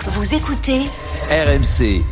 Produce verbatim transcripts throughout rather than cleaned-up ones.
Vous écoutez R M C.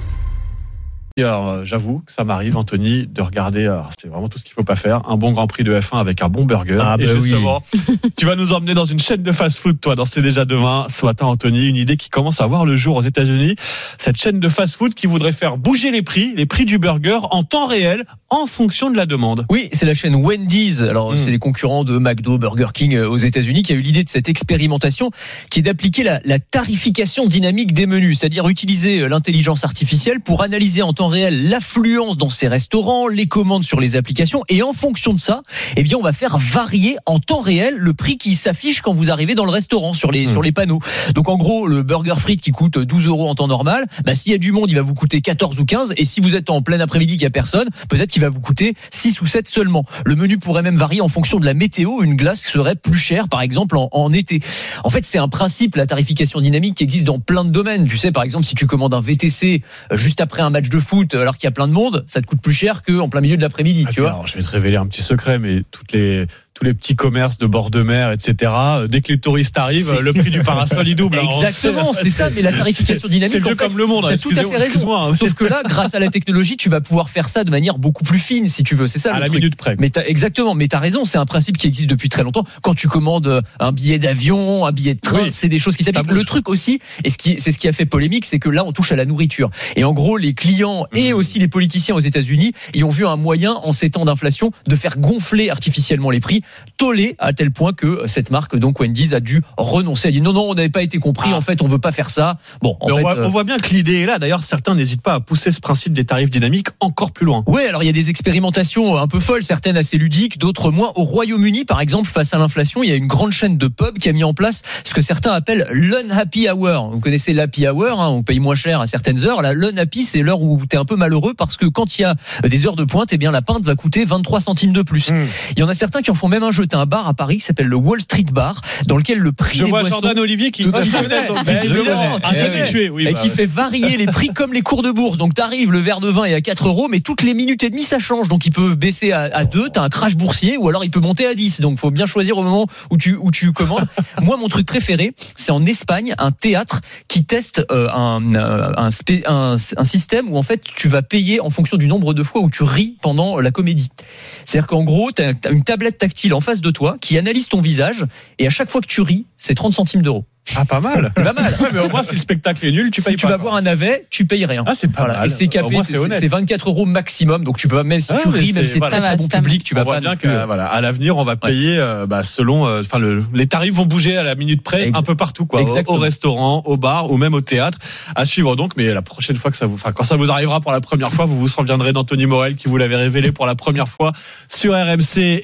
Alors, j'avoue que ça m'arrive, Anthony, de regarder, alors, c'est vraiment tout ce qu'il ne faut pas faire, un bon Grand Prix de F un avec un bon burger. Ah bah et justement, oui. tu vas nous emmener dans une chaîne de fast-food, toi, dans C'est déjà demain. Ce matin, Anthony, une idée qui commence à voir le jour aux États-Unis. Cette chaîne de fast-food qui voudrait faire bouger les prix, les prix du burger en temps réel, en fonction de la demande. Oui, c'est la chaîne Wendy's. Alors, mmh. c'est les concurrents de McDo, Burger King aux États-Unis qui a eu l'idée de cette expérimentation qui est d'appliquer la, la tarification dynamique des menus, c'est-à-dire utiliser l'intelligence artificielle pour analyser en temps réel l'affluence dans ces restaurants, les commandes sur les applications, et en fonction de ça, eh bien, on va faire varier en temps réel le prix qui s'affiche quand vous arrivez dans le restaurant sur les, mmh. sur les panneaux. Donc, en gros, le burger frites qui coûte douze euros en temps normal, bah, s'il y a du monde, il va vous coûter quatorze ou quinze, et si vous êtes en plein après-midi qu'il y a personne, peut-être qu'il va vous coûter six ou sept seulement. Le menu pourrait même varier en fonction de la météo. Une glace serait plus chère, par exemple, en, en été. En fait, c'est un principe, la tarification dynamique, qui existe dans plein de domaines. Tu sais, par exemple, si tu commandes un V T C juste après un match de foot, alors qu'il y a plein de monde, ça te coûte plus cher qu'en plein milieu de l'après-midi. Ah, tu vois. Alors, je vais te révéler un petit secret, mais toutes les tous les petits commerces de bord de mer, et cetera. Dès que les touristes arrivent, c'est... le prix du parasol il double. Exactement, c'est ça. Mais la tarification dynamique, c'est le en vieux fait, comme le monde. T'as tout à fait raison. Hein. Sauf que là, grâce à la technologie, tu vas pouvoir faire ça de manière beaucoup plus fine, si tu veux. C'est ça. À le la truc. minute près. Mais t'as, exactement. Mais t'as raison. C'est un principe qui existe depuis très longtemps. Quand tu commandes un billet d'avion, un billet de train, oui. c'est des choses qui s'appliquent. Le truc aussi, et ce qui, c'est ce qui a fait polémique, c'est que là, on touche à la nourriture. Et en gros, les clients mmh. et aussi les politiciens aux États-Unis, ils ont vu un moyen, en ces temps d'inflation, de faire gonfler artificiellement les prix, tollé à tel point que cette marque, donc Wendy's, a dû renoncer. Elle a dit non, non, on n'avait pas été compris. Ah. En fait, on veut pas faire ça. Bon, en Mais fait, on, voit, euh... on voit bien que l'idée est là. D'ailleurs, certains n'hésitent pas à pousser ce principe des tarifs dynamiques encore plus loin. Oui, alors il y a des expérimentations un peu folles, certaines assez ludiques, d'autres moins. Au Royaume-Uni, par exemple, face à l'inflation, il y a une grande chaîne de pubs qui a mis en place ce que certains appellent l'unhappy hour. Vous connaissez l'happy hour, hein, on paye moins cher à certaines heures. Là, l'unhappy, c'est l'heure où tu es un peu malheureux parce que quand il y a des heures de pointe, eh bien la pinte va coûter vingt-trois centimes de plus. Mmh. Il y en a certains qui en font même un jeu. T'as un bar à Paris qui s'appelle le Wall Street Bar, dans lequel le prix je des vois boissons... Jordan Olivier qui, Tout ah, je connais, donc, ben, visiblement, un habitué, oui, et bah, qui ouais. fait varier les prix comme les cours de bourse. Donc t'arrives, le verre de vin est à quatre euros, mais toutes les minutes et demie ça change. Donc il peut baisser à, à deux, t'as un crash boursier, ou alors il peut monter à dix. Donc faut bien choisir au moment où tu, où tu commandes. Moi, mon truc préféré, c'est en Espagne, un théâtre qui teste euh, un, un, un, un système où en fait tu vas payer en fonction du nombre de fois où tu ris pendant la comédie. C'est-à-dire qu'en gros, t'as une tablette tactile en face de toi qui analyse ton visage, et à chaque fois que tu ris, c'est trente centimes d'euros. Ah, pas mal. Pas mal. Ouais, mais au moins, si le spectacle est nul, tu payes si pas. tu vas voir un navet, tu payes rien. Ah, c'est pas voilà. mal. Et c'est capé, moins, c'est, c'est, c'est vingt-quatre euros maximum. Donc tu peux, même si ah, tu ris, même si c'est voilà. très, très bon public, tu vas on pas. Voit bien que, voilà, à l'avenir, on va payer, ouais. euh, bah, selon, enfin, euh, le, les tarifs vont bouger à la minute près, Ex- un peu partout, quoi. Au, au restaurant, au bar, ou même au théâtre. À suivre donc, mais la prochaine fois que ça vous, enfin, quand ça vous arrivera pour la première fois, vous vous souviendrez d'Anthony Morel qui vous l'avait révélé pour la première fois sur R M C.